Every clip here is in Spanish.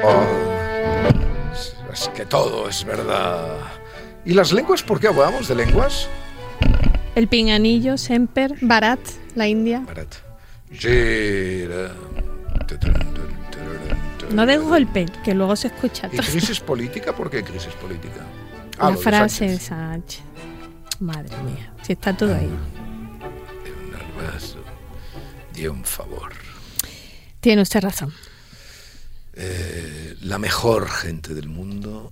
Es que todo es verdad. ¿Y las lenguas? ¿Por qué hablamos de lenguas? El pinganillo, Semper, Bharat, la India. Bharat. Gira. No de golpe, que luego se escucha ¿Y todo. crisis política? ¿Por qué crisis política? La lo de frase de Sánchez. Sánchez. Madre mía, si está todo ahí. Un albazo dio un favor. Tiene usted razón. La mejor gente del mundo.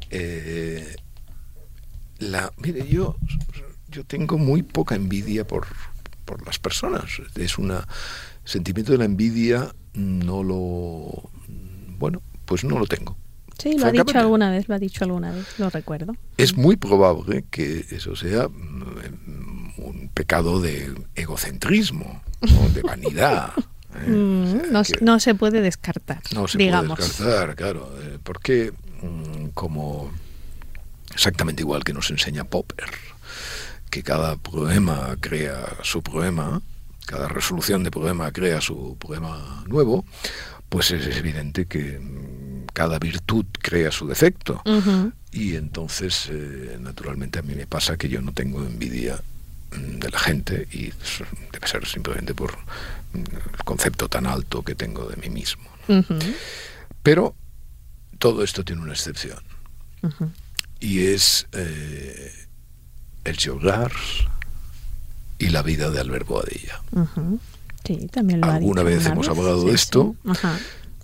Mire, yo tengo muy poca envidia por las personas. Es un sentimiento de la envidia, no lo tengo. Sí, lo ha dicho alguna vez, lo recuerdo. Es muy probable que eso sea un pecado de egocentrismo, ¿no? De vanidad. No se puede descartar, No se digamos. puede descartar, claro, porque como exactamente igual que nos enseña Popper, que cada problema crea su problema, cada resolución de problema crea su problema nuevo, pues es evidente que cada virtud crea su defecto. Uh-huh. Y entonces, naturalmente, a mí me pasa que yo no tengo envidia de la gente, y debe ser simplemente por el concepto tan alto que tengo de mí mismo, ¿no? Uh-huh. Pero todo esto tiene una excepción. Uh-huh. Y es el Jogar y la vida de Albert Boadilla. Uh-huh. Sí, también lo Alguna ha dicho vez hemos hablado sí, de esto, sí. Ajá.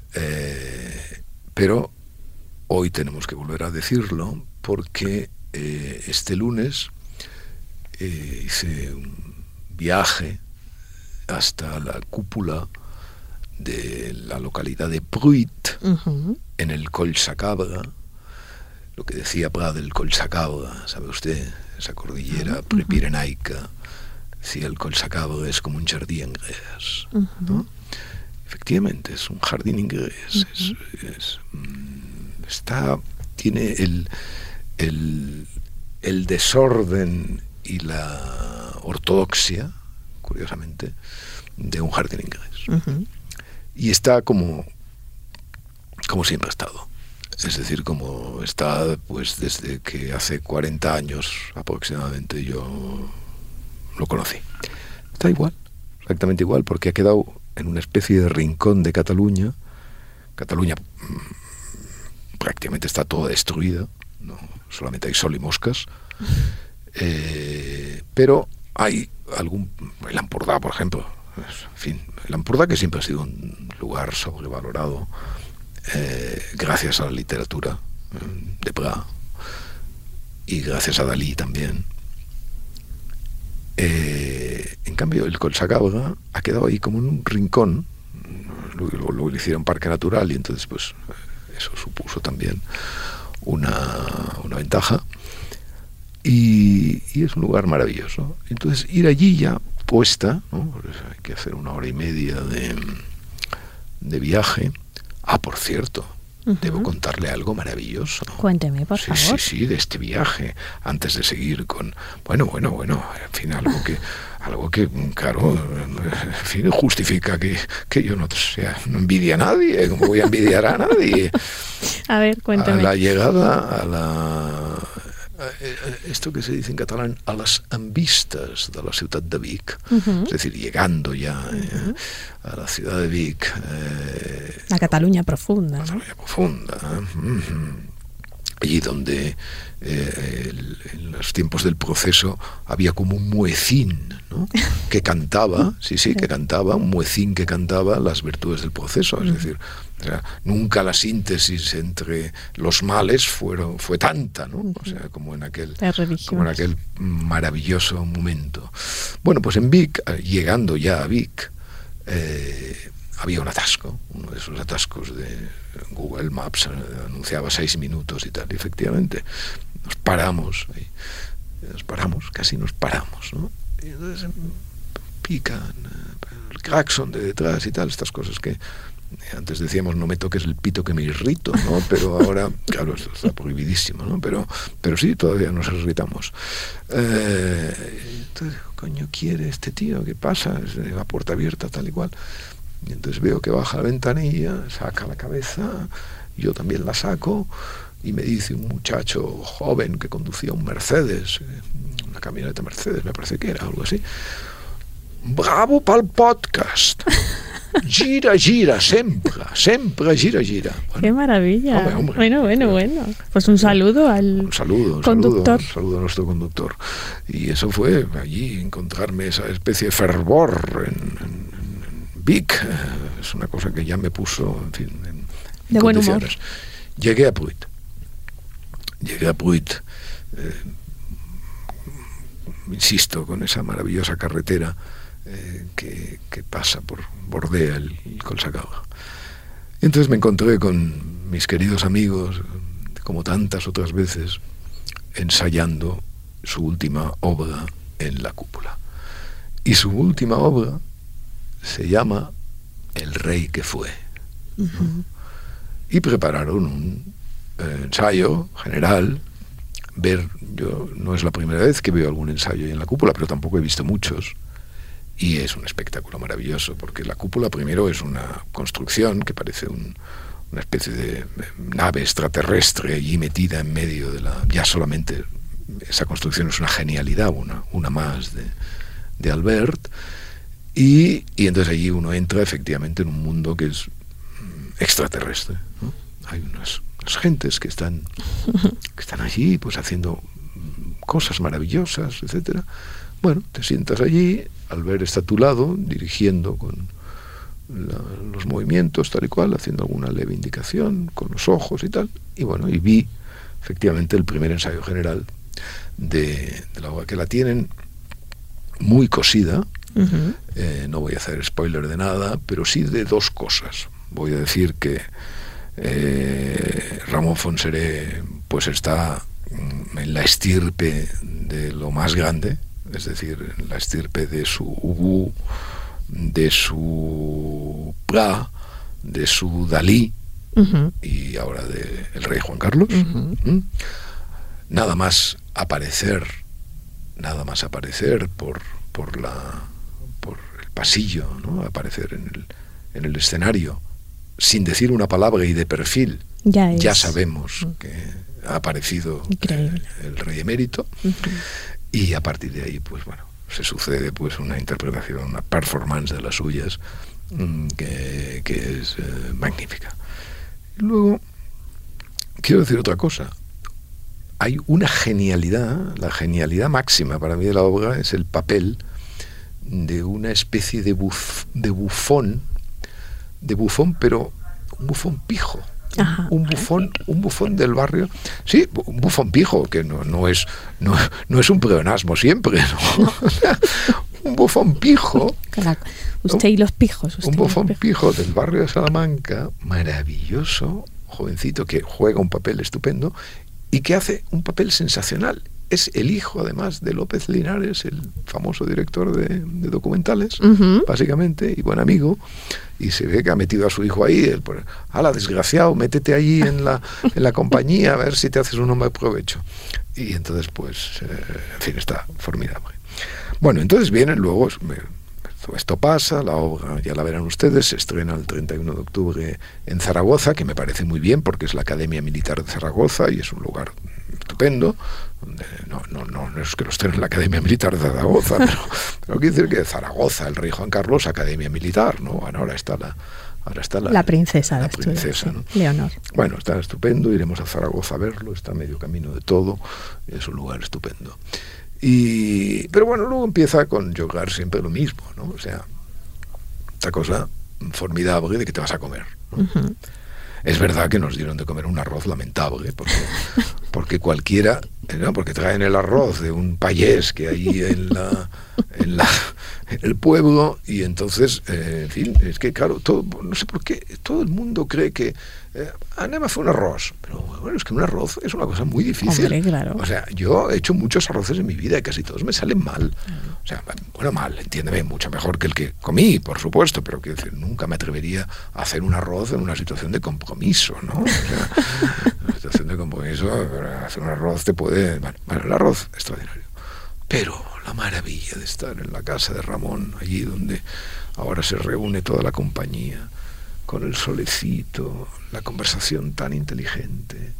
Pero hoy tenemos que volver a decirlo porque este lunes hice un viaje hasta la cúpula de la localidad de Pruit, Uh-huh. en el Coll Sacabra, lo que decía Prat del Coll Sacabra, ¿sabe usted? Esa cordillera prepirenaica. Sí, el Coll Sacabra es como un jardín inglés, ¿no? Efectivamente, es un jardín inglés. Tiene el desorden y la ortodoxia, curiosamente, de un jardín inglés. Uh-huh. Y está como siempre ha estado. Es decir, como está pues desde que hace 40 años aproximadamente yo lo conocí. Está igual, exactamente igual, porque ha quedado en una especie de rincón de Cataluña. Cataluña prácticamente está toda destruida, no solamente hay sol y moscas, pero hay el Ampurdá, por ejemplo. En fin, el Ampurdá, que siempre ha sido un lugar sobrevalorado, gracias a la literatura de Prat y gracias a Dalí también. En cambio, el Coll Sacabra ha quedado ahí como en un rincón. Luego le hicieron parque natural y entonces pues eso supuso también una ventaja, y es un lugar maravilloso. Entonces ir allí ya puesta, ¿no? Pues hay que hacer 1 hora y media de viaje. Por cierto, debo contarle algo maravilloso. Cuénteme, por favor. Sí, de este viaje, antes de seguir con... Bueno, en fin, algo que claro, en fin, justifica que yo no envidie a nadie, como voy a envidiar a nadie. A ver, cuénteme. A la llegada esto que se dice en catalán, a las vistas de la ciudad de Vic, es decir, llegando ya a la ciudad de Vic, la Cataluña profunda, ¿no? Cataluña profunda, allí donde en los tiempos del proceso había como un muecín, ¿no? Que cantaba, que cantaba, un muecín que cantaba las virtudes del proceso, es decir, o sea, nunca la síntesis entre los males fue tanta, ¿no? O sea, como en aquel maravilloso momento. Bueno, pues en Vic, llegando ya a Vic, había un atasco, uno de esos atascos de Google Maps, anunciaba 6 minutos y tal, y efectivamente nos paramos, casi nos paramos, ¿no? Y entonces pican el claxon de detrás y tal, estas cosas que antes decíamos, no me toques el pito que me irrito, ¿no? Pero ahora, claro, esto está prohibidísimo, ¿no? Pero sí, todavía nos irritamos. Entonces, coño, quiere este tío, ¿qué pasa? La puerta abierta, tal y cual. Y entonces veo que baja la ventanilla, saca la cabeza yo también la saco, y me dice un muchacho joven que conducía un Mercedes, una camioneta Mercedes, me parece que era algo así: bravo pa'l podcast. Gira, gira, sempre, gira, gira. Bueno, ¡qué maravilla! Hombre. Bueno. Pues un saludo al conductor. Un saludo a nuestro conductor. Y eso fue allí, encontrarme esa especie de fervor en Vic. Es una cosa que ya me puso, en fin, de buen humor. Llegué a Pruit. Insisto, con esa maravillosa carretera que pasa bordea el Collsacabra. Y entonces me encontré con mis queridos amigos, como tantas otras veces, ensayando su última obra en la cúpula. Y su última obra se llama El rey que fue. Uh-huh. Y prepararon un ensayo general. Yo no es la primera vez que veo algún ensayo en la cúpula, pero tampoco he visto muchos. Y es un espectáculo maravilloso, porque la cúpula primero es una construcción que parece una especie de nave extraterrestre allí metida en medio de ya solamente esa construcción es una genialidad, una más de Albert. Y entonces allí uno entra efectivamente en un mundo que es extraterrestre, ¿no? Hay unas gentes que están allí pues haciendo cosas maravillosas, etcétera. Bueno, te sientas allí, Albert está a tu lado, dirigiendo con los movimientos tal y cual, haciendo alguna leve indicación con los ojos y tal. Y bueno, y vi efectivamente el primer ensayo general de la obra, que la tienen muy cosida. Uh-huh. No voy a hacer spoiler de nada, pero sí de dos cosas. Voy a decir que Ramón Fonseré pues está en la estirpe de lo más grande, es decir, en la estirpe de su Hugo, de su Prat, de su Dalí, uh-huh, y ahora de el rey Juan Carlos. Uh-huh. Nada más aparecer por el pasillo, ¿no? Aparecer en el escenario sin decir una palabra y de perfil, ya sabemos que ha aparecido el rey emérito. Uh-huh. Y a partir de ahí, pues bueno, se sucede pues una interpretación, una performance de las suyas que es magnífica. Luego, quiero decir otra cosa. Hay una genialidad, la genialidad máxima para mí de la obra es el papel de una especie de bufón, pero un bufón pijo. Ajá. Un bufón del barrio, sí, un bufón pijo, que no es un pleonasmo siempre, ¿no? Un bufón pijo. Claro. Usted y los pijos. Un bufón pijo del barrio de Salamanca, maravilloso, jovencito, que juega un papel estupendo y que hace un papel sensacional. Es el hijo, además, de López Linares, el famoso director de documentales, uh-huh, básicamente, y buen amigo, y se ve que ha metido a su hijo ahí. ¡Hala, desgraciado, métete allí en la compañía a ver si te haces un hombre de provecho! Y entonces, pues, en fin, está formidable. Bueno, entonces vienen luego, esto pasa, la obra, ya la verán ustedes, se estrena el 31 de octubre en Zaragoza, que me parece muy bien, porque es la Academia Militar de Zaragoza, y es un lugar estupendo. No es que lo estén en la Academia Militar de Zaragoza, pero quiero decir que Zaragoza, el rey Juan Carlos, Academia Militar, ¿no? Bueno, ahora está la princesa, ¿no? Leonor. Bueno, está estupendo, iremos a Zaragoza a verlo, está a medio camino de todo, es un lugar estupendo. Pero bueno, luego empieza con jugar siempre lo mismo, ¿no? O sea, esta cosa formidable de que te vas a comer, ¿no? Uh-huh. Es verdad que nos dieron de comer un arroz lamentable, porque cualquiera, ¿no? Porque traen el arroz de un payés que hay en el pueblo, y entonces, en fin, es que claro, no sé por qué, todo el mundo cree que anem a fer un arroz, pero bueno, es que un arroz es una cosa muy difícil. Hombre, claro. O sea, yo he hecho muchos arroces en mi vida y casi todos me salen mal. O sea, bueno, mal, entiéndeme, mucho mejor que el que comí, por supuesto, pero quiero decir, nunca me atrevería a hacer un arroz en una situación de compromiso, ¿no? O sea, en una situación de compromiso, hacer un arroz te puede... Bueno, el arroz extraordinario. Pero la maravilla de estar en la casa de Ramón, allí donde ahora se reúne toda la compañía, con el solecito, la conversación tan inteligente,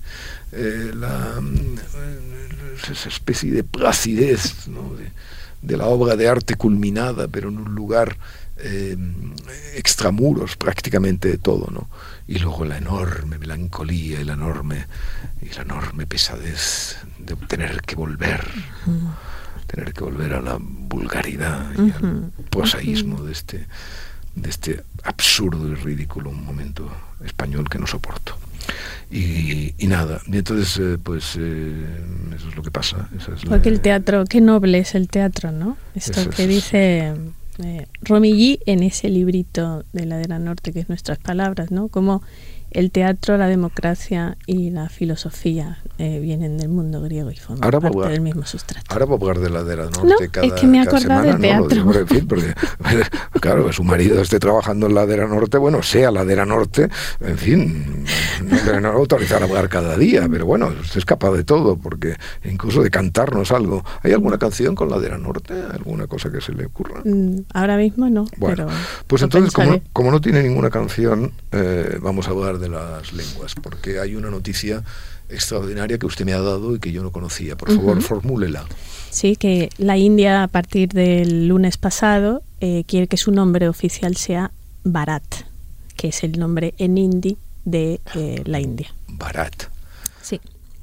esa especie de placidez, ¿no?, de la obra de arte culminada, pero en un lugar extramuros prácticamente de todo, ¿no? Y luego la enorme melancolía y la enorme pesadez de tener que volver a la vulgaridad y al prosaísmo de este absurdo y ridículo momento español que no soporto. Y nada, y entonces eso es lo que pasa. Porque el teatro, qué noble es el teatro, ¿no? Esto que dice Romilly en ese librito de Ladera Norte, que es Nuestras Palabras, ¿no? Como el teatro, la democracia y la filosofía vienen del mundo griego y forman parte del mismo sustrato. Ahora voy a hablar de Ladera Norte es que me he acordado de teatro. No, en fin, porque claro, que su marido esté trabajando en Ladera Norte, bueno, sea Ladera Norte, en fin, no le autorizar a hablar cada día, pero bueno, usted es capaz de todo, porque incluso de cantarnos algo. ¿Hay alguna canción con Ladera Norte? ¿Alguna cosa que se le ocurra? Ahora mismo no. Bueno, pero pues entonces, como no tiene ninguna canción, vamos a hablar de las lenguas, porque hay una noticia extraordinaria que usted me ha dado y que yo no conocía. Por favor, formúlela. Sí, que la India a partir del lunes pasado quiere que su nombre oficial sea Bharat, que es el nombre en hindi de la India. Bharat. Sí.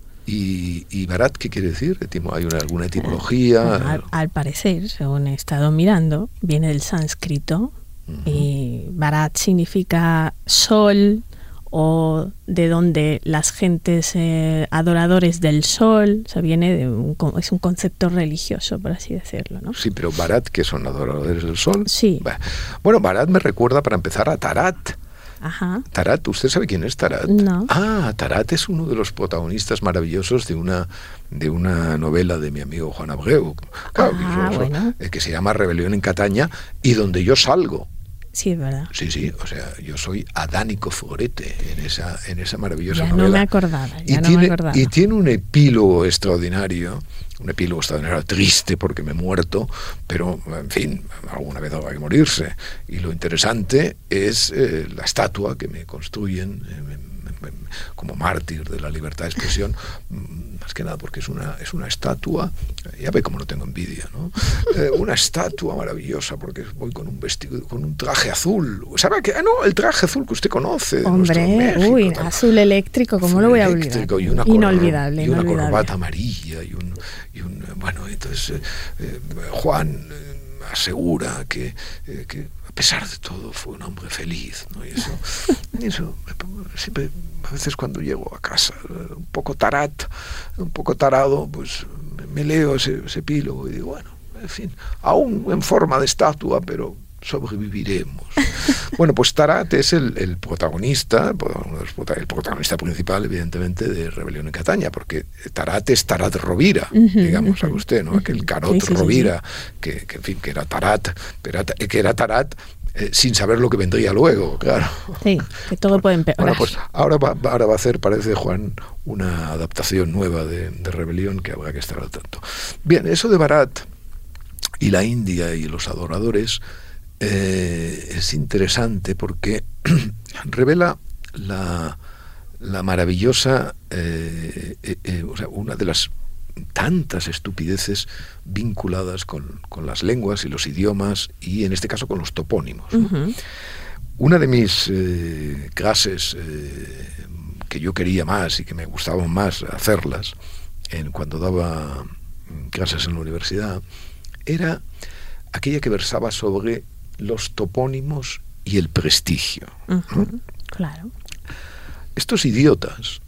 ¿Y Bharat qué quiere decir? ¿Hay alguna etimología? Al parecer, según he estado mirando, viene del sánscrito. Y Bharat significa sol, o de donde las gentes adoradores del sol, o sea, viene es un concepto religioso, por así decirlo, ¿no? Sí, pero Bharat, ¿qué son adoradores del sol? Sí. Bueno, Bharat me recuerda, para empezar, a Tarat. Ajá. Tarat, ¿usted sabe quién es Tarat? No. Tarat es uno de los protagonistas maravillosos de una novela de mi amigo Juan Abreu, claro, que se llama Rebelión en Cataña, y donde yo salgo. Sí, es verdad. Sí, o sea, yo soy Adánico Florete en esa maravillosa novela. No me acordaba. Y tiene un epílogo extraordinario, triste porque me he muerto, pero, en fin, alguna vez habrá que morirse. Y lo interesante es la estatua que me construyen como mártir de la libertad de expresión, más que nada porque es una estatua, ya ve cómo no tengo envidia, ¿no? Una estatua maravillosa, porque voy con un vestido, con un traje azul. ¿Sabe qué? No, el traje azul que usted conoce. Hombre, México, azul eléctrico, ¿cómo lo voy a olvidar? Inolvidable. Y una corbata amarilla bueno, entonces Juan asegura que a pesar de todo fue un hombre feliz, ¿no? Y eso siempre, a veces cuando llego a casa un poco tarado, pues me leo ese epílogo y digo, bueno, en fin, aún en forma de estatua, pero sobreviviremos. Bueno, pues Tarat es el protagonista, el protagonista principal, evidentemente, de Rebelión en Cataña, porque Tarat es Tarat Rovira, digamos, sabe usted, ¿no? Aquel Carot Rovira, que en fin, que era Tarat, que era Tarat sin saber lo que vendría luego, claro. Sí, que todo puede empeorar. Bueno, pues ahora va a hacer, parece, Juan, una adaptación nueva de Rebelión que habrá que estar al tanto. Bien, eso de Bharat y la India y los adoradores es interesante porque revela la maravillosa, una de las tantas estupideces vinculadas con las lenguas y los idiomas y en este caso con los topónimos, ¿no? Una de mis clases que yo quería más y que me gustaban más hacerlas cuando daba clases en la universidad era aquella que versaba sobre los topónimos y el prestigio, ¿no? Claro. Estos idiotas,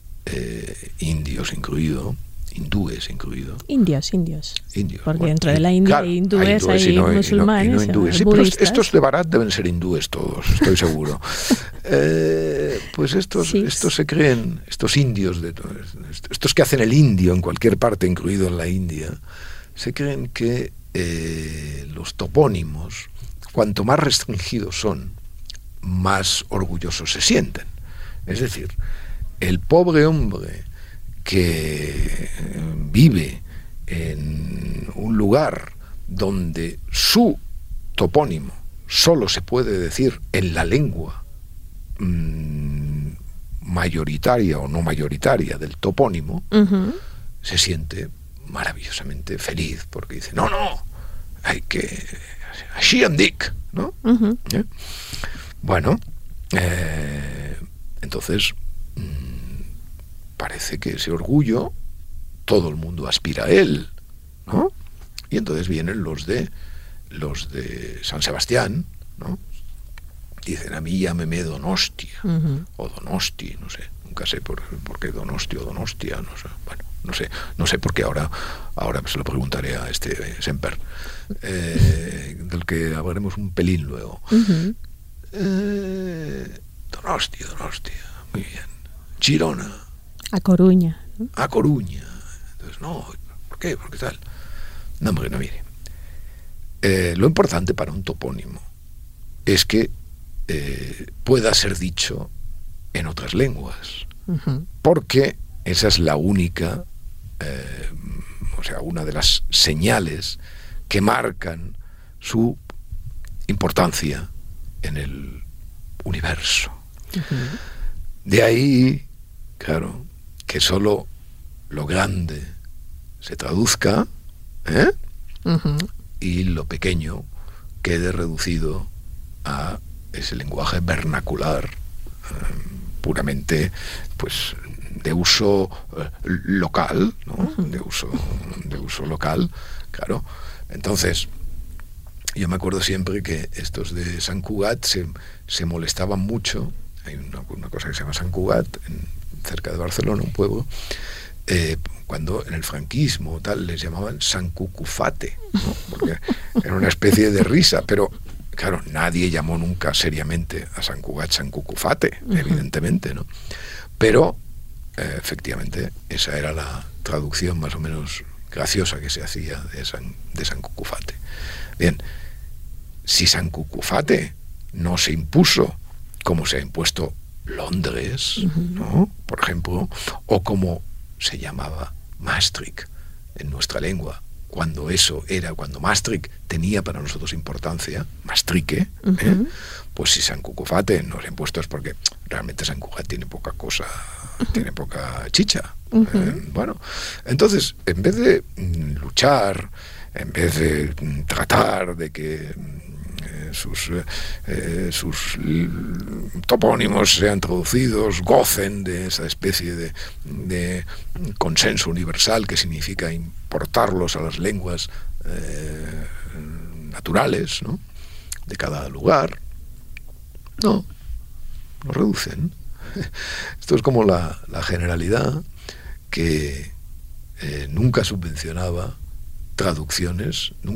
indios incluido, hindúes incluido. Indios. Porque dentro de la India hay hindúes, hay musulmanes, y no hindúes. Sí, pero estos de Bharat deben ser hindúes todos, estoy seguro. Pues estos se creen, estos indios, estos que hacen el indio en cualquier parte, incluido en la India, se creen que los topónimos, cuanto más restringidos son, más orgullosos se sienten. Es decir, el pobre hombre que vive en un lugar donde su topónimo solo se puede decir en la lengua mayoritaria o no mayoritaria del topónimo, se siente maravillosamente feliz, porque dice, no, hay que... Així em dic, ¿no? Bueno, entonces parece que ese orgullo todo el mundo aspira a él, ¿no? Y entonces vienen los de San Sebastián, ¿no? Dicen, a mí llámeme Donostia, o Donosti, no sé, nunca sé por qué Donosti o Donostia, no sé, bueno, no sé por qué ahora se lo preguntaré a este Semper, del que hablaremos un pelín luego. Donostia, muy bien. Girona. A Coruña, ¿no? A Coruña. Entonces, no, ¿por qué? ¿Por qué tal? No, hombre, no, mire. Lo importante para un topónimo es que pueda ser dicho en otras lenguas, porque esa es la única, una de las señales que marcan su importancia en el universo. De ahí, claro, que solo lo grande se traduzca, y lo pequeño quede reducido a ese lenguaje vernacular, puramente, pues, de uso local, ¿no? De uso local, claro. Entonces, yo me acuerdo siempre que estos de Sant Cugat se molestaban mucho. Hay una cosa que se llama Sant Cugat, cerca de Barcelona, un pueblo, cuando en el franquismo tal les llamaban Sant Cucufate, ¿no? Porque era una especie de risa, pero claro, nadie llamó nunca seriamente a Sant Cugat Sant Cucufate, evidentemente, ¿no? Pero efectivamente esa era la traducción más o menos graciosa que se hacía de Sant Cucufate. Bien, si Sant Cucufate no se impuso como se ha impuesto Londres, ¿no? Por ejemplo, o como se llamaba Maastricht en nuestra lengua, cuando Maastricht tenía para nosotros importancia, Maastricht, pues si Sant Cucufate no se ha impuesto es porque realmente Sant Cugat tiene poca cosa, tiene poca chicha. Bueno, entonces, en vez de luchar, en vez de tratar de que sus topónimos sean traducidos, gocen de esa especie de consenso universal que significa importarlos a las lenguas naturales, ¿no? De cada lugar, no, lo reducen. Esto es como la Generalidad, que nunca subvencionaba traducciones, o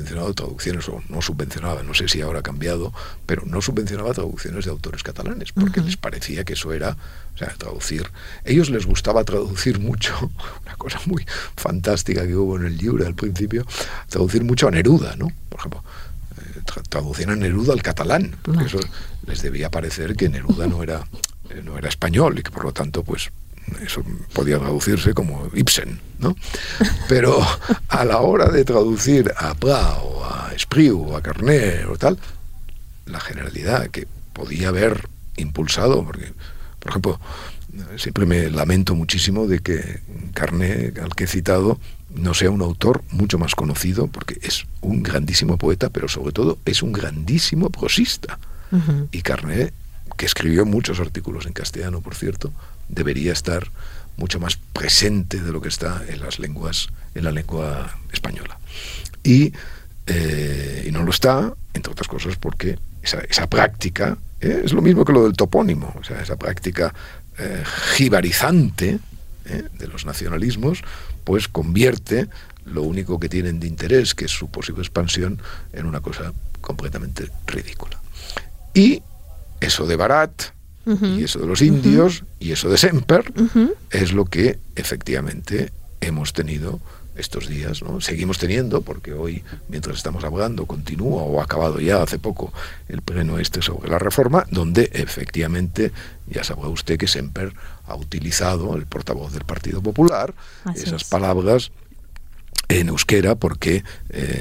no subvencionaba, no sé si ahora ha cambiado, pero no subvencionaba traducciones de autores catalanes, porque les parecía que eso era, traducir. Ellos les gustaba traducir mucho, una cosa muy fantástica que hubo en el Lliure al principio, traducir mucho a Neruda, ¿no? Por ejemplo, traducían a Neruda al catalán, porque eso les debía parecer que Neruda no era español y que por lo tanto, pues, eso podía traducirse como Ibsen, ¿no? Pero a la hora de traducir a Pla o a Espriu o a Carné o tal, la Generalidad que podía haber impulsado, porque, por ejemplo, siempre me lamento muchísimo de que Carné, al que he citado, no sea un autor mucho más conocido, porque es un grandísimo poeta, pero sobre todo es un grandísimo prosista. Y Carné, que escribió muchos artículos en castellano, por cierto, debería estar mucho más presente de lo que está en la lengua española. Y no lo está, entre otras cosas, porque esa práctica es lo mismo que lo del topónimo, esa práctica jibarizante de los nacionalismos, pues convierte lo único que tienen de interés, que es su posible expansión, en una cosa completamente ridícula. Y eso de Barat, y eso de los indios, y eso de Semper, es lo que efectivamente hemos tenido estos días, ¿no? Seguimos teniendo, porque hoy, mientras estamos hablando, continúa o ha acabado ya hace poco el pleno sobre la reforma, donde efectivamente ya sabrá usted que Semper ha utilizado, el portavoz del Partido Popular, esas palabras en euskera, porque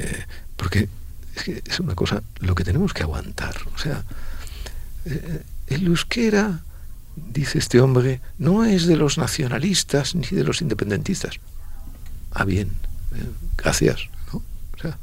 es que es una cosa, lo que tenemos que aguantar, el euskera, dice este hombre, no es de los nacionalistas ni de los independentistas. Ah, bien, gracias, ¿no? O sea,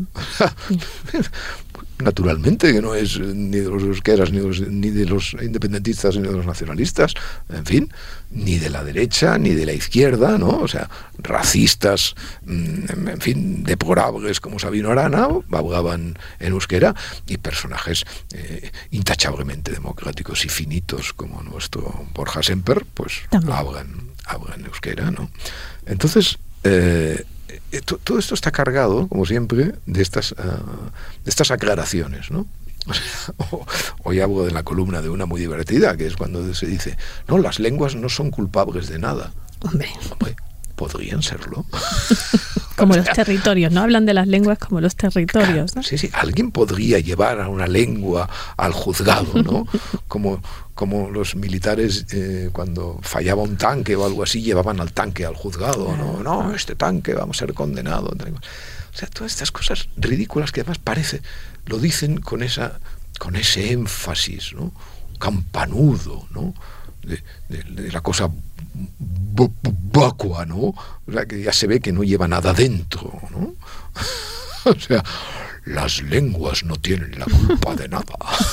naturalmente que no es ni de los euskeras, ni de los independentistas, ni de los nacionalistas, en fin, ni de la derecha, ni de la izquierda, ¿no? O sea, racistas, en fin, deplorables como Sabino Arana, hablaban en euskera, y personajes intachablemente democráticos y finitos como nuestro Borja Semper, pues hablan euskera, ¿no? Entonces, todo esto está cargado, como siempre, de estas aclaraciones, ¿no? O sea, hoy hablo de la columna de una muy divertida, que es cuando se dice, no, las lenguas no son culpables de nada. Hombre, podrían serlo. Como los territorios, ¿no? Hablan de las lenguas como los territorios, ¿no? Sí, alguien podría llevar a una lengua al juzgado, ¿no? Como los militares cuando fallaba un tanque o algo así, llevaban al tanque al juzgado, no, este tanque vamos a ser condenado. O sea, todas estas cosas ridículas que además lo dicen con ese énfasis, ¿no? Campanudo, ¿no? De la cosa vacua, ¿no? O sea, que ya se ve que no lleva nada dentro, ¿no? O sea, las lenguas no tienen la culpa de nada.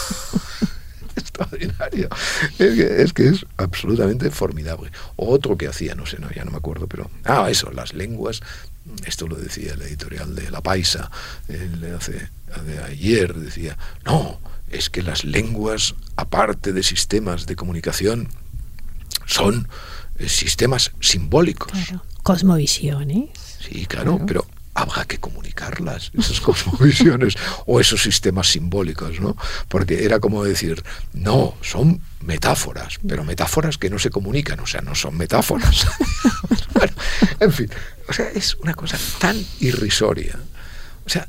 Extraordinario. Es que es absolutamente formidable. Otro que hacía, ya no me acuerdo, pero... eso, las lenguas, esto lo decía el editorial de La Paisa, de ayer, decía, no, es que las lenguas, aparte de sistemas de comunicación, son sistemas simbólicos. Claro, cosmovisiones. Sí, claro, pero habrá que comunicarlas, esas cosmovisiones o esos sistemas simbólicos, ¿no? Porque era como decir, no, son metáforas, pero metáforas que no se comunican, o sea, no son metáforas. Bueno, en fin, o sea, es una cosa tan irrisoria, o sea,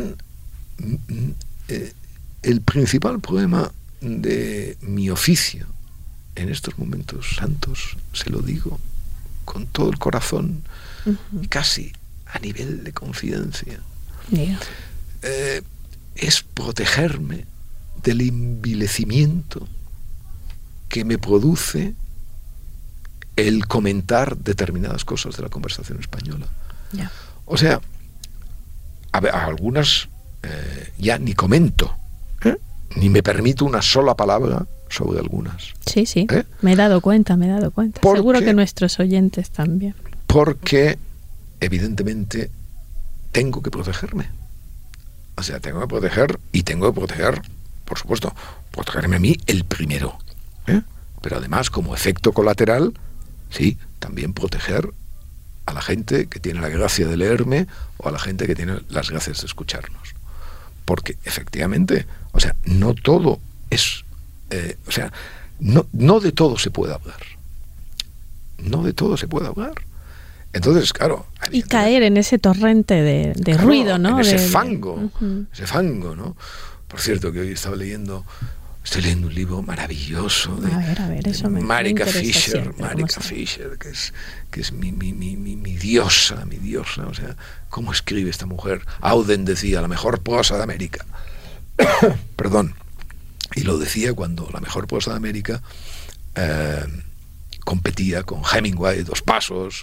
el principal problema de mi oficio en estos momentos santos, se lo digo con todo el corazón y casi a nivel de confidencia, es protegerme del envilecimiento que me produce el comentar determinadas cosas de la conversación española. O sea, a algunas ya ni comento, ni me permito una sola palabra sobre algunas. Sí, me he dado cuenta. Seguro que nuestros oyentes también. Porque, evidentemente, tengo que protegerme. O sea, tengo que proteger, por supuesto, protegerme a mí el primero. Pero además, como efecto colateral, sí, también proteger a la gente que tiene la gracia de leerme o a la gente que tiene las gracias de escucharnos. Porque, efectivamente, o sea, no todo es... no de todo se puede hablar. No de todo se puede hablar. Entonces, claro... Y caer en ese torrente de ruido, ¿no? En ese fango, ¿no? Por cierto, que hoy estoy leyendo un libro maravilloso de Marika Fisher, que es mi diosa, o sea, ¿cómo escribe esta mujer? Auden decía, la mejor prosa de América. Perdón. Y lo decía cuando la mejor prosa de América competía con Hemingway, Dos Pasos,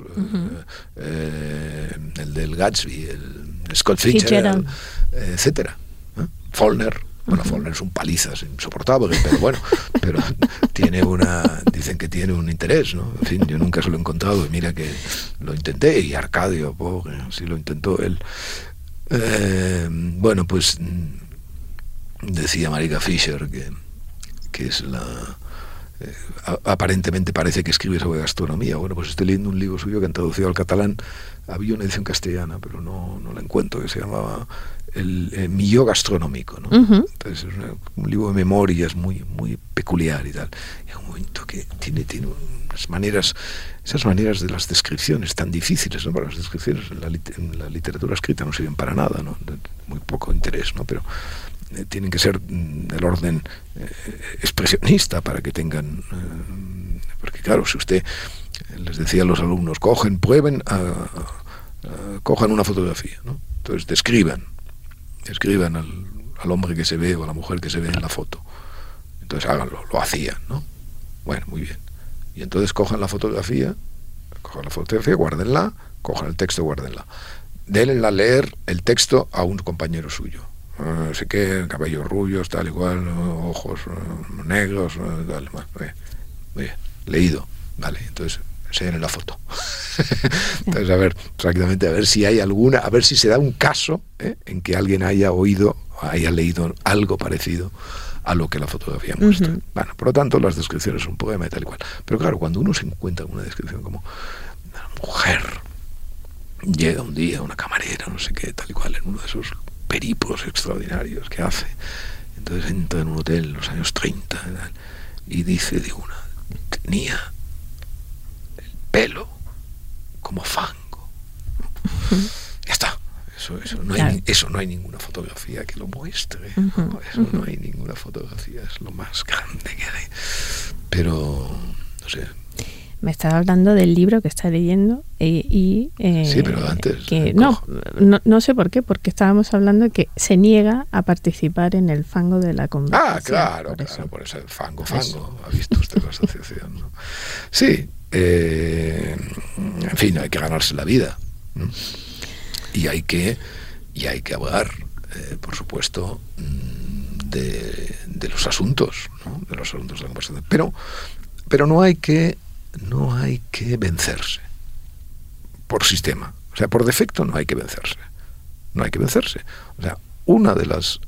el del Gatsby, el Scott Fitzgerald, etcétera. Faulkner. Bueno, Faulkner es un paliza insoportable, pero bueno, pero dicen que tiene un interés, ¿no? En fin, yo nunca se lo he encontrado, y mira que lo intenté, y Arcadio, pobre, sí lo intentó él. Bueno, pues decía Marika Fisher que es aparentemente parece que escribe sobre gastronomía. Bueno, pues estoy leyendo un libro suyo que han traducido al catalán. Había una edición castellana, pero no la encuentro, que se llamaba el Milló Gastronómico, ¿no? Entonces es un libro de memorias muy, muy peculiar y tal. Y hay un momento que tiene unas maneras, esas maneras de las descripciones tan difíciles, ¿no? Para las descripciones en la literatura escrita no sirven para nada, ¿no? De muy poco interés, ¿no? Pero tienen que ser del orden expresionista para que tengan... porque claro, si usted les decía a los alumnos, cojan una fotografía, ¿no? Entonces describan al hombre que se ve o a la mujer que se ve en la foto. entonces háganlo, lo hacían, ¿no? Bueno, muy bien. Y entonces cojan la fotografía, guárdenla, cojan el texto, guárdenla. Denle a leer el texto a un compañero suyo. No sé qué, cabellos rubios, tal igual, ojos negros, tal, muy bien, leído, vale, entonces enseñen la foto. Entonces, a ver, prácticamente, a ver si hay alguna, a ver si se da un caso en que alguien haya oído, haya leído algo parecido a lo que la fotografía muestra. Uh-huh. Bueno, por lo tanto, las descripciones son un poema y tal y cual. Pero claro, cuando uno se encuentra en una descripción como una mujer, llega un día una camarera, no sé qué, tal y cual, en uno de esos periplos extraordinarios que hace, entonces entra en un hotel en los años 30 y dice de una, tenía el pelo como fango. Uh-huh. Ya está. Eso no hay ninguna fotografía que lo muestre. Uh-huh, ¿no? Eso no hay ninguna fotografía, es lo más grande que hay. Pero, no sé. Me estaba hablando del libro que está leyendo sí, pero antes... Que, no sé por qué, porque estábamos hablando de que se niega a participar en el fango de la conversación. Claro, por eso el fango. Ha visto usted la asociación, ¿no? Sí, en fin, hay que ganarse la vida, ¿no? Y hay que hablar, por supuesto, de los asuntos, ¿no? De los asuntos de la conversación. Pero no hay que vencerse por sistema. O sea, por defecto no hay que vencerse. No hay que vencerse. O sea, una de los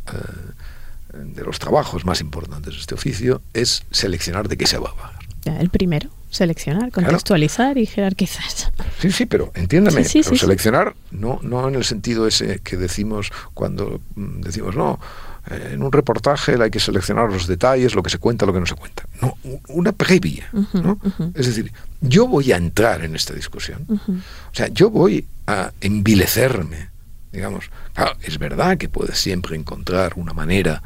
trabajos más importantes de este oficio es seleccionar de qué se va a hablar. El primero, seleccionar, contextualizar, claro. Y jerarquizar. Sí, pero entiéndame, seleccionar no en el sentido ese que decimos cuando decimos no, en un reportaje hay que seleccionar los detalles, lo que se cuenta, lo que no se cuenta. No, una previa, uh-huh, ¿no? Uh-huh. Es decir, yo voy a entrar en esta discusión, uh-huh. O sea, yo voy a envilecerme, digamos. Claro, es verdad que puedes siempre encontrar una manera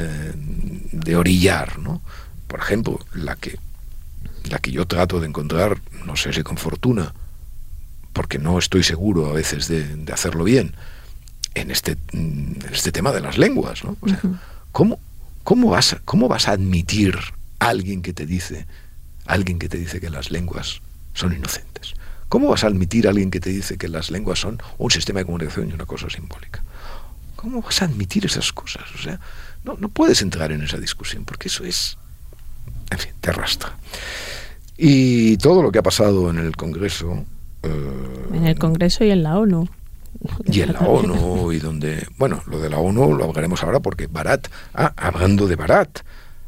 de orillar, ¿no? Por ejemplo, la que yo trato de encontrar, no sé si con fortuna, porque no estoy seguro a veces de hacerlo bien, en este tema de las lenguas, ¿no? O sea, uh-huh. ¿cómo vas a admitir a alguien que te dice que las lenguas son inocentes? ¿Cómo vas a admitir a alguien que te dice que las lenguas son un sistema de comunicación y una cosa simbólica? ¿Cómo vas a admitir esas cosas? O sea, no puedes entrar en esa discusión, porque eso es, en fin, te arrastra. Y todo lo que ha pasado en el Congreso... en el Congreso y en la ONU. Y en la ONU, y donde... Bueno, lo de la ONU lo hablaremos ahora porque Barat... hablando de Barat,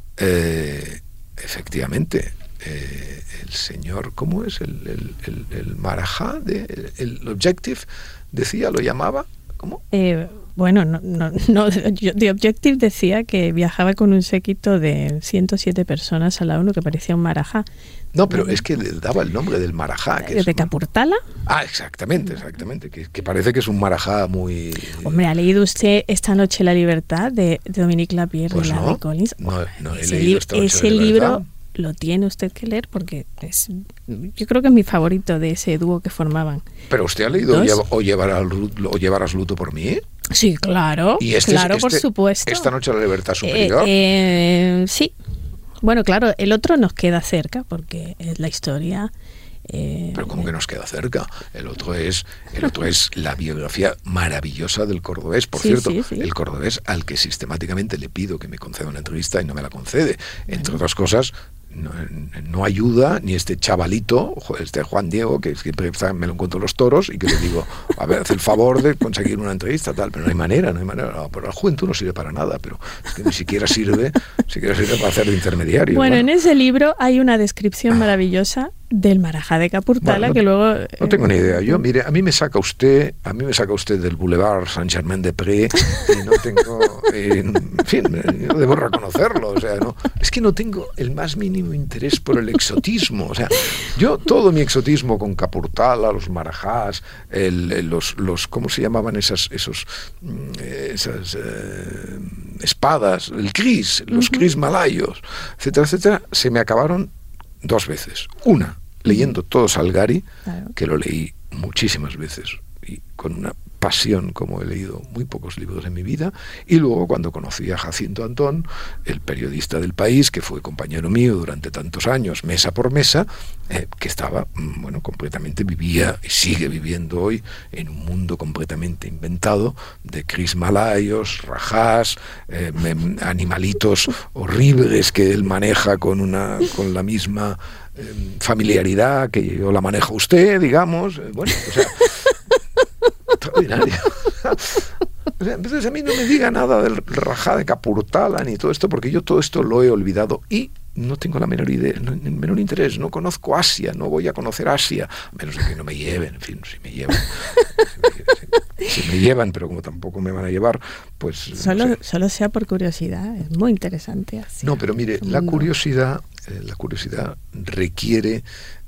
efectivamente, el señor... ¿Cómo es? El Marajá, el Objective, decía, lo llamaba... ¿Cómo? Bueno, The Objective decía que viajaba con un séquito de 107 personas a la ONU, que parecía un marajá. No, pero es que le daba el nombre del marajá. Que ¿De Kapurthala? Exactamente. Que parece que es un marajá muy... Hombre, ¿ha leído usted Esta noche la libertad de Dominique Lapierre y Larry Collins? No he leído Esta noche ese libro lo tiene usted que leer porque yo creo que es mi favorito de ese dúo que formaban. ¿Pero usted ha leído o llevarás luto por mí? Sí, claro. ¿Y por supuesto. Esta noche la libertad superior? Sí. Bueno, claro, el otro nos queda cerca porque es la historia. Pero ¿cómo que nos queda cerca? El otro es la biografía maravillosa del cordobés. Por cierto, sí. El cordobés al que sistemáticamente le pido que me conceda una entrevista y no me la concede. Entre otras cosas, no ayuda ni este chavalito, este Juan Diego, que me lo encuentro en los toros y que le digo, a ver, haz el favor de conseguir una entrevista, tal, pero no hay manera. Pero la juventud no sirve para nada, pero es que ni siquiera sirve para hacer de intermediario. Bueno, en ese libro hay una descripción maravillosa del marajá de Kapurthala, que luego... No tengo ni idea. Yo, mire, a mí me saca usted del Boulevard Saint-Germain-des-Prés y no tengo... en fin, yo debo reconocerlo. O sea, es que no tengo el más mínimo interés por el exotismo. O sea, yo todo mi exotismo con Kapurthala, los marajás, los ¿cómo se llamaban esas espadas? El kris, los kris malayos, etcétera, etcétera, se me acabaron 2 veces. Una, leyendo todo Salgari, claro, que lo leí muchísimas veces y con una pasión como he leído muy pocos libros en mi vida, y luego cuando conocí a Jacinto Antón, el periodista del País, que fue compañero mío durante tantos años, mesa por mesa, que estaba, completamente, vivía y sigue viviendo hoy en un mundo completamente inventado de Chris Malayos, rajás, animalitos horribles que él maneja con la misma familiaridad que yo la manejo usted, digamos, extraordinario. O sea, entonces a mí no me diga nada del rajá de Capurtala ni todo esto, porque yo todo esto lo he olvidado y no tengo la menor idea, el menor interés, no conozco Asia, no voy a conocer Asia, a menos de que no me lleven, en fin, si me llevan. Si me llevan, pero como tampoco me van a llevar, pues... Solo sea por curiosidad, es muy interesante. Asia. No, pero mire, la curiosidad requiere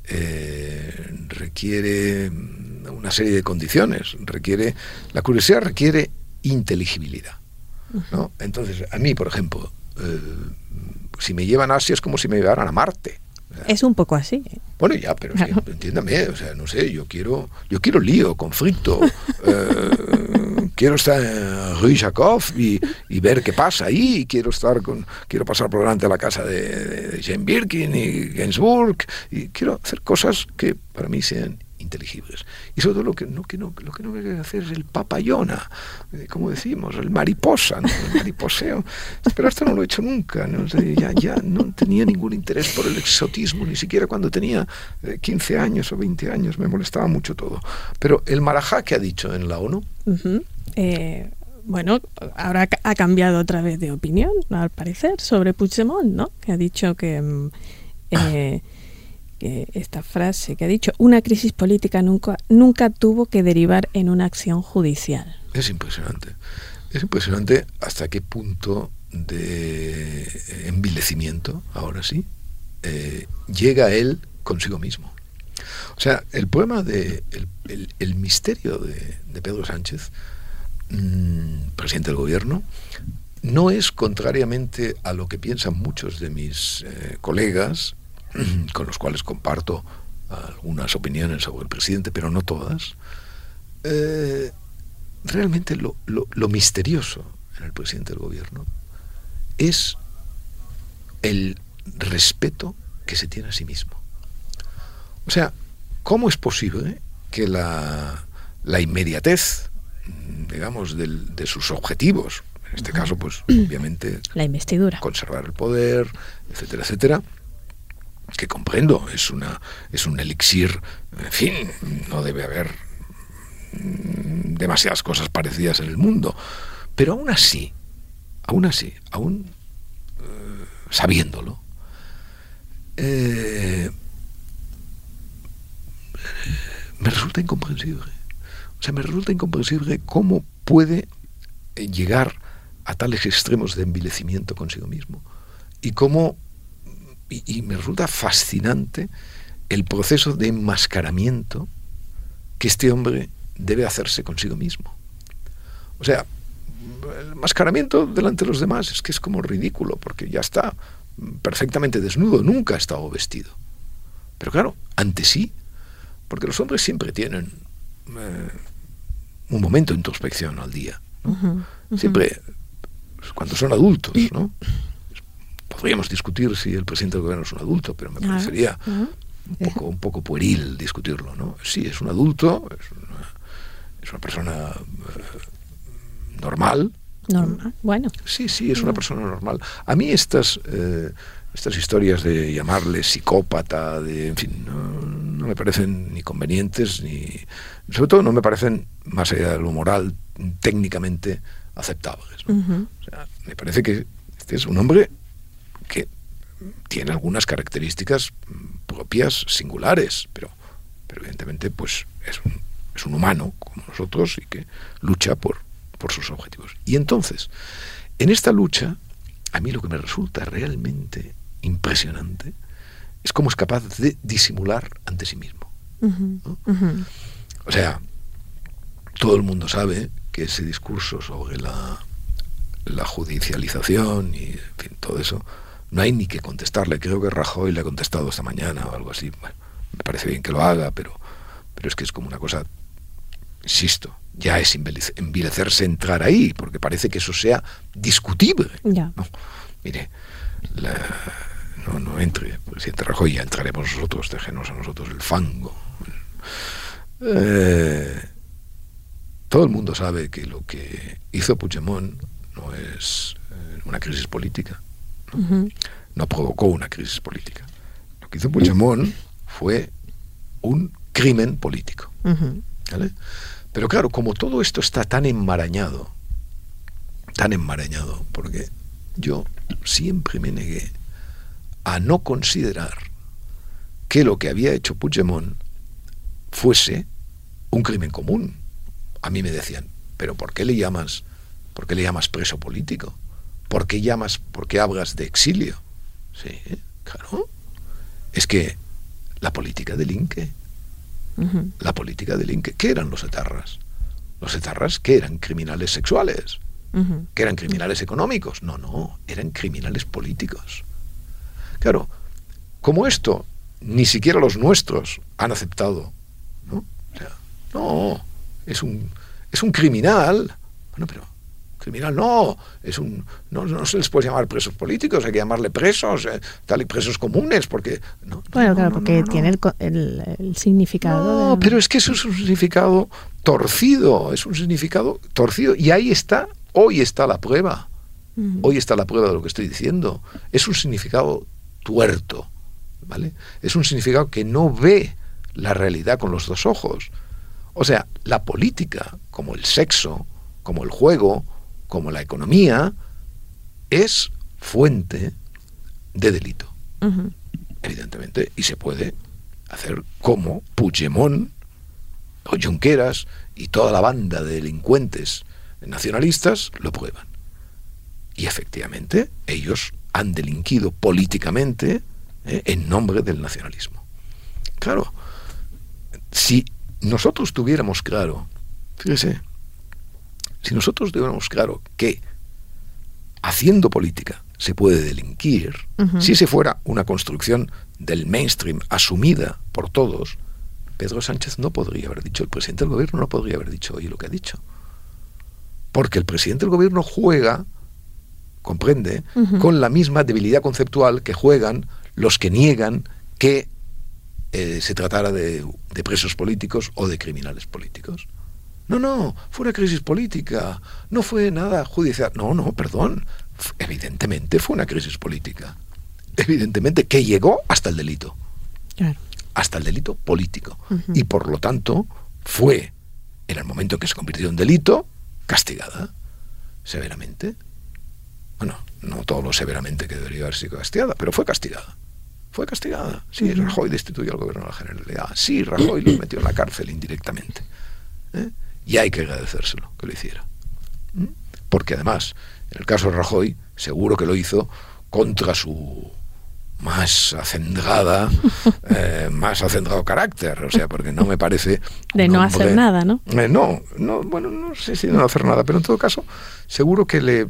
una serie de condiciones. La curiosidad requiere inteligibilidad, ¿no? Entonces, a mí, por ejemplo, si me llevan a Asia es como si me llevaran a Marte. O sea, es un poco así. Bueno, ya, pero claro. Sí, entiéndame, o sea, no sé, yo quiero lío, conflicto, quiero estar en Rue Jacob y ver qué pasa ahí, quiero pasar por delante de la casa de Jane Birkin y Gainsbourg, y quiero hacer cosas que para mí sean inteligibles. Y sobre todo lo que no hay que hacer es el papayona, como decimos, el mariposa, ¿no? El mariposeo. Pero esto no lo he hecho nunca, ¿no? O sea, ya no tenía ningún interés por el exotismo, ni siquiera cuando tenía 15 años o 20 años, me molestaba mucho todo. Pero el marajá que ha dicho en la ONU... ahora ha cambiado otra vez de opinión, al parecer, sobre Puigdemont, ¿no? Que ha dicho que esta frase que ha dicho, una crisis política nunca tuvo que derivar en una acción judicial. Es impresionante hasta qué punto de envilecimiento, ahora sí, llega él consigo mismo. O sea, el problema el misterio de Pedro Sánchez, presidente del gobierno, no es, contrariamente a lo que piensan muchos de mis colegas, con los cuales comparto algunas opiniones sobre el presidente, pero no todas, realmente lo misterioso en el presidente del gobierno es el respeto que se tiene a sí mismo. O sea, ¿cómo es posible que la inmediatez, digamos, de sus objetivos, en este caso, pues, obviamente, la investidura, conservar el poder, etcétera, etcétera, que comprendo, es un elixir, en fin, no debe haber demasiadas cosas parecidas en el mundo, pero aún sabiéndolo, me resulta incomprensible. O sea, me resulta incomprensible cómo puede llegar a tales extremos de envilecimiento consigo mismo, y cómo y me resulta fascinante el proceso de enmascaramiento que este hombre debe hacerse consigo mismo. O sea, el enmascaramiento delante de los demás es que es como ridículo, porque ya está perfectamente desnudo, nunca ha estado vestido. Pero claro, ante sí, porque los hombres siempre tienen un momento de introspección al día, ¿no? Siempre, cuando son adultos, ¿no? Podríamos discutir si el presidente del gobierno es un adulto, pero me parecería un poco pueril discutirlo, ¿no? Sí, es un adulto, es una persona normal. Normal, bueno. Sí, es una persona normal. A mí estas historias de llamarle psicópata, en fin, no me parecen ni convenientes, ni... Sobre todo no me parecen, más allá de lo moral, técnicamente aceptables, ¿no? O sea, me parece que este es un hombre que tiene algunas características propias, singulares, pero evidentemente pues es un humano como nosotros y que lucha por sus objetivos. Y entonces, en esta lucha, a mí lo que me resulta realmente impresionante es cómo es capaz de disimular ante sí mismo, ¿no? O sea, todo el mundo sabe que ese discurso sobre la judicialización y, en fin, todo eso, no hay ni que contestarle. Creo que Rajoy le ha contestado esta mañana o algo así. Bueno, me parece bien que lo haga, pero es que es como una cosa insisto, ya es envilecerse entrar ahí, porque parece que eso sea discutible. Ya. No, mire, no entre, presidente Rajoy, ya entraremos nosotros, déjenos a nosotros el fango. Todo el mundo sabe que lo que hizo Puigdemont no es una crisis política, ¿no? No provocó una crisis política. Lo que hizo Puigdemont fue un crimen político. ¿Vale? Pero claro, como todo esto está tan enmarañado, porque yo siempre me negué a no considerar que lo que había hecho Puigdemont fuese un crimen común. A mí me decían, pero ¿por qué le llamas preso político? ¿Por qué hablas de exilio? Sí, claro. Es que la política delinque. La política delinque. ¿Qué eran los etarras? Los etarras, ¿qué eran? Criminales sexuales. ¿Que eran criminales económicos? No, eran criminales políticos. Claro, como esto ni siquiera los nuestros han aceptado, ¿no? O sea, no, es un criminal. Bueno, pero criminal no, no se les puede llamar presos políticos, hay que llamarle presos, tal y presos comunes, porque tiene el significado. No, pero es que eso es un significado torcido, y ahí está, hoy está la prueba. Hoy está la prueba de lo que estoy diciendo. Es un significado tuerto, ¿vale? Es un significado que no ve la realidad con los dos ojos. O sea, la política, como el sexo, como el juego, como la economía, es fuente de delito. Evidentemente, y se puede hacer como Puigdemont o Junqueras y toda la banda de delincuentes nacionalistas lo prueban. Y efectivamente, ellos han delinquido políticamente en nombre del nacionalismo. Claro, si nosotros tuviéramos claro, fíjese, si nosotros tuviéramos claro que haciendo política se puede delinquir, si ese fuera una construcción del mainstream asumida por todos, Pedro Sánchez no podría haber dicho, el presidente del gobierno no podría haber dicho hoy lo que ha dicho. Porque el presidente del gobierno juega, comprende, con la misma debilidad conceptual que juegan los que niegan que se tratara de presos políticos o de criminales políticos. No, fue una crisis política, no fue nada judicial. No, perdón, evidentemente fue una crisis política. Evidentemente que llegó hasta el delito. Claro. Hasta el delito político. Y por lo tanto fue, en el momento que se convirtió en delito, castigada severamente. Bueno, no todo lo severamente que debería haber sido castigada, pero fue castigada. Fue castigada. Sí, Rajoy destituyó al gobierno de la Generalidad. Sí, Rajoy los metió en la cárcel indirectamente. Y hay que agradecérselo que lo hiciera. Porque además, en el caso de Rajoy, seguro que lo hizo contra su más acendrado carácter, o sea, porque no me parece de no hacer nada, ¿no? Bueno, no sé si de no hacer nada, pero en todo caso, seguro que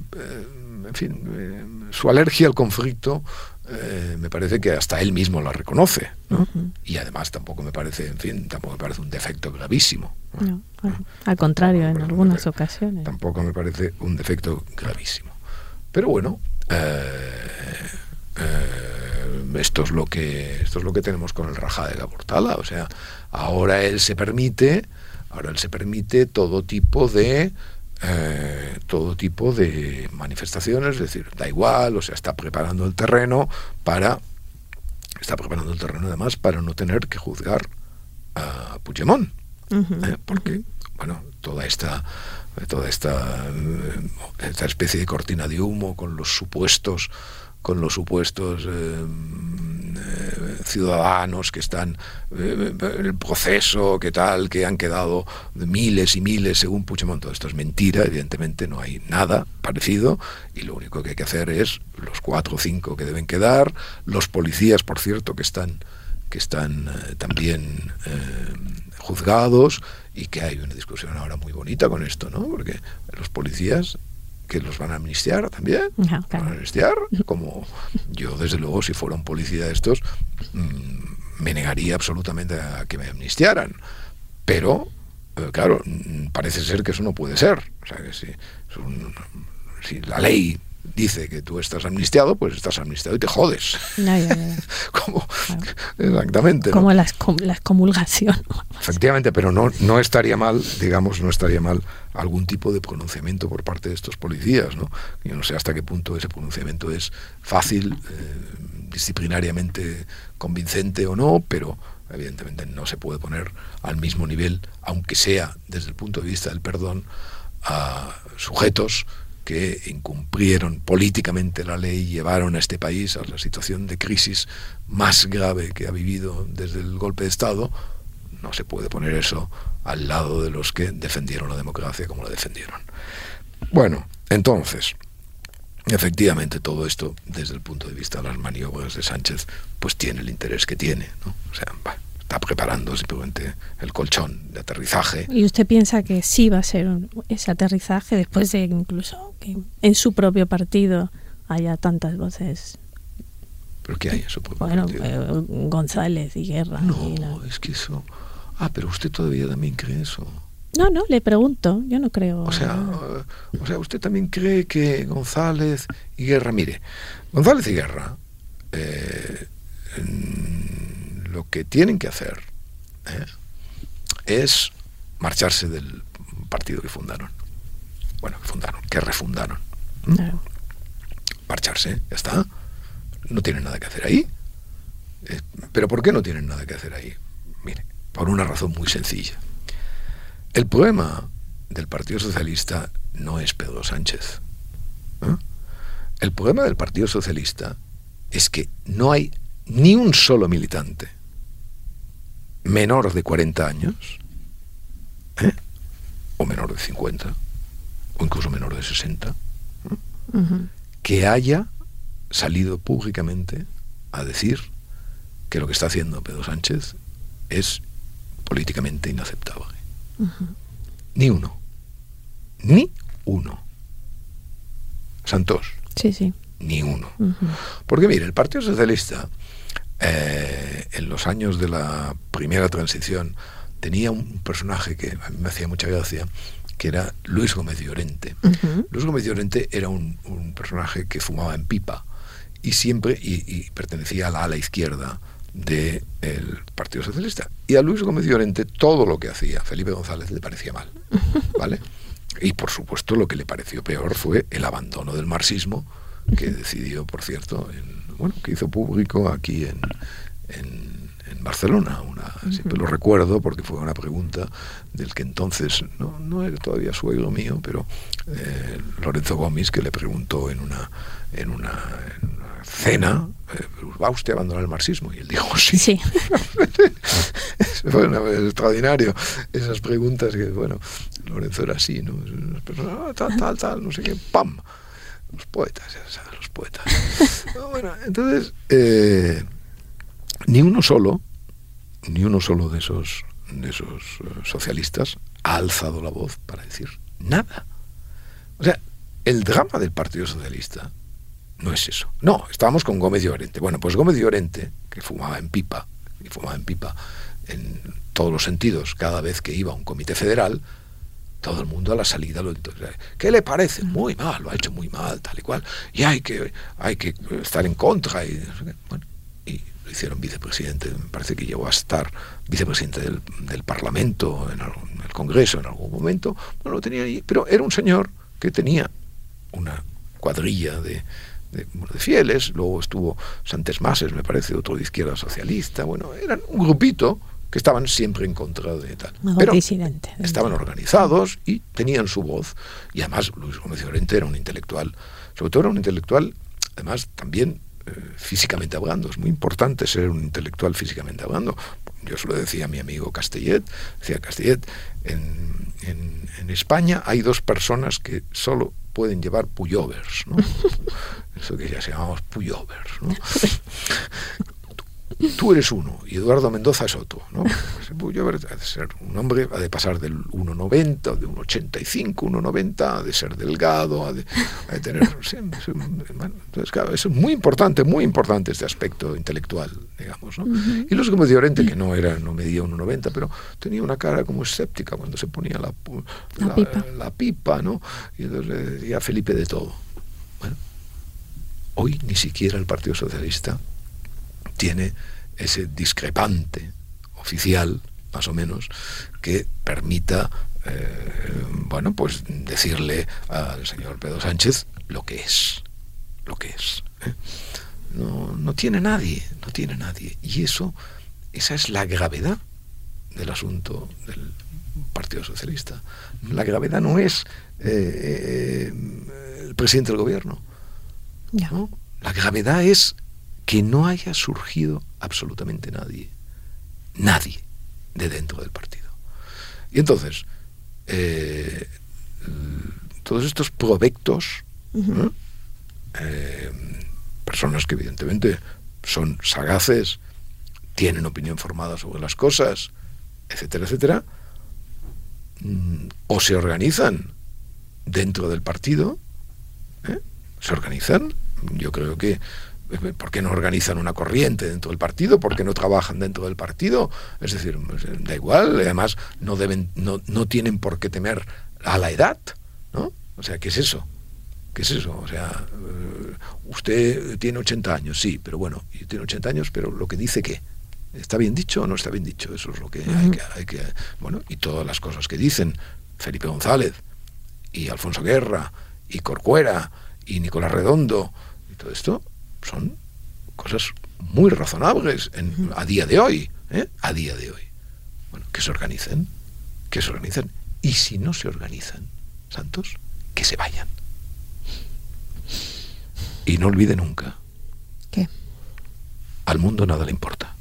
su alergia al conflicto me parece que hasta él mismo la reconoce, ¿no? Y además tampoco me parece un defecto gravísimo, ¿no? Al contrario, en algunas ocasiones. Tampoco me parece un defecto gravísimo. Pero bueno, esto es lo que tenemos con el Rajá de la Portala. O sea, ahora él se permite todo tipo de manifestaciones, es decir, da igual, o sea, está preparando el terreno además para no tener que juzgar a Puigdemont, porque bueno, toda esta especie de cortina de humo con los supuestos ciudadanos que están en el proceso, que han quedado miles y miles según Puigdemont. Todo esto es mentira, evidentemente no hay nada parecido, y lo único que hay que hacer es los 4 o 5 que deben quedar, los policías, por cierto, que están también juzgados, y que hay una discusión ahora muy bonita con esto, ¿no? Porque los policías que los van a amnistiar también, claro. Van a amnistiar, como yo desde luego si fuera un policía de estos me negaría absolutamente a que me amnistiaran, pero Pero claro, parece ser que eso no puede ser. O sea, que si la ley dice que tú estás amnistiado, pues estás amnistiado y te jodes. Ya. Como, Claro. exactamente, Como ¿no? la excomulgación. Efectivamente, pero no estaría mal, digamos, no estaría mal algún tipo de pronunciamiento por parte de estos policías, ¿no? Yo no sé hasta qué punto ese pronunciamiento es fácil, disciplinariamente convincente o no, pero evidentemente no se puede poner al mismo nivel, aunque sea desde el punto de vista del perdón, a sujetos que incumplieron políticamente la ley y llevaron a este país a la situación de crisis más grave que ha vivido desde el golpe de Estado. No se puede poner eso al lado de los que defendieron la democracia como la defendieron. Bueno, entonces, efectivamente todo esto, desde el punto de vista de las maniobras de Sánchez, pues tiene el interés que tiene, ¿no? O sea, está preparando simplemente el colchón de aterrizaje. ¿Y usted piensa que sí va a ser ese aterrizaje después de incluso que en su propio partido haya tantas voces? ¿Pero qué hay en su propio Bueno, partido? González y Guerra. No, es que eso... pero usted todavía también cree eso. No, le pregunto, yo no creo. O sea, usted también cree que González y Guerra... Mire, González y Guerra lo que tienen que hacer es marcharse del partido que fundaron. Bueno, que refundaron. Claro. Marcharse, ya está. No tienen nada que hacer ahí. ¿Pero por qué no tienen nada que hacer ahí? Mire, por una razón muy sencilla. El problema del Partido Socialista no es Pedro Sánchez. El problema del Partido Socialista es que no hay ni un solo militante menor de 40 años, o menor de 50, o incluso menor de 60, que haya salido públicamente a decir que lo que está haciendo Pedro Sánchez es políticamente inaceptable. Ni uno. Santos. Sí. Ni uno. Porque mire, el Partido Socialista en los años de la primera transición tenía un personaje que a mí me hacía mucha gracia, que era Luis Gómez Llorente. Luis Gómez Llorente era un personaje que fumaba en pipa y siempre y pertenecía a la ala izquierda del Partido Socialista. Y a Luis Gómez Llorente todo lo que hacía Felipe González le parecía mal, ¿vale? Y por supuesto lo que le pareció peor fue el abandono del marxismo, que decidió, por cierto, que hizo público aquí en Barcelona. Siempre lo recuerdo porque fue una pregunta del que entonces no era todavía suegro mío, pero Lorenzo Gomis, que le preguntó en una cena, ¿va usted a abandonar el marxismo? Y él dijo sí. Fue extraordinario esas preguntas que, Lorenzo era así, ¿no? Tal, no sé qué, ¡pam! Los poetas, ya sabes, los poetas. Entonces, ni uno solo de esos socialistas ha alzado la voz para decir nada. O sea, el drama del Partido Socialista no es eso. No, estábamos con Gómez Llorente. Bueno, pues Gómez Llorente, que fumaba en pipa en todos los sentidos, cada vez que iba a un comité federal, todo el mundo a la salida ¿qué le parece? Muy mal, lo ha hecho muy mal, tal y cual, y hay que estar en contra, y lo hicieron vicepresidente. Me parece que llegó a estar vicepresidente del Parlamento en el Congreso en algún momento. Lo tenía ahí, pero era un señor que tenía una cuadrilla de fieles. Luego estuvo Santes Mases, me parece, otro de izquierda socialista. Eran un grupito que estaban siempre en contra de tal. Pero estaban organizados y tenían su voz. Y además Luis Gómez Llorente era un intelectual, sobre todo era un intelectual, además también físicamente hablando. Es muy importante ser un intelectual físicamente hablando. Yo se lo decía a mi amigo Castellet, en España hay dos personas que solo pueden llevar pullovers, ¿no? Eso que ya se llamamos pullovers, ¿no? tú eres uno y Eduardo Mendoza es otro, ¿no? Pues, ha de ser un hombre, ha de pasar del 1,90, de 1,85, 1,90, ha de ser delgado, ha de tener... Sí, bueno, entonces, claro, eso es muy importante este aspecto intelectual, digamos, ¿no? Y Luis Gómez de Llorente, que no medía 1,90, pero tenía una cara como escéptica cuando se ponía la pipa, ¿no? Y entonces le decía a Felipe de todo. Bueno, hoy ni siquiera el Partido Socialista tiene ese discrepante oficial, más o menos, que permita, bueno, pues decirle al señor Pedro Sánchez lo que es. ¿Eh? No tiene nadie. Y esa es la gravedad del asunto del Partido Socialista. La gravedad no es el presidente del gobierno, ¿no? La gravedad es que no haya surgido absolutamente nadie de dentro del partido. Y entonces, todos estos provectos, ¿no? Personas que evidentemente son sagaces, tienen opinión formada sobre las cosas, etcétera, etcétera, o se organizan dentro del partido, se organizan. Yo creo que ¿por qué no organizan una corriente dentro del partido? ¿Por qué no trabajan dentro del partido? Es decir, da igual, además no tienen por qué temer a la edad, ¿no? O sea, ¿qué es eso? O sea, usted tiene 80 años, sí, pero bueno, y tiene 80 años, pero lo que dice, ¿qué? ¿Está bien dicho o no está bien dicho? Eso es lo que hay que... Bueno, y todas las cosas que dicen Felipe González, y Alfonso Guerra, y Corcuera, y Nicolás Redondo, y todo esto son cosas muy razonables a día de hoy, a día de hoy. Bueno, que se organicen. Y si no se organizan, Santos, que se vayan. Y no olvide nunca. ¿Qué? Al mundo nada le importa.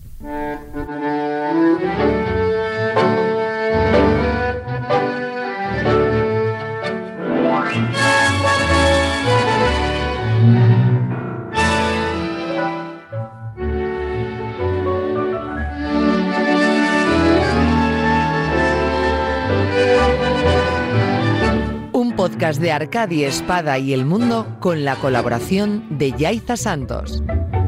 Un podcast de Arcadi Espada y El Mundo con la colaboración de Yaiza Santos.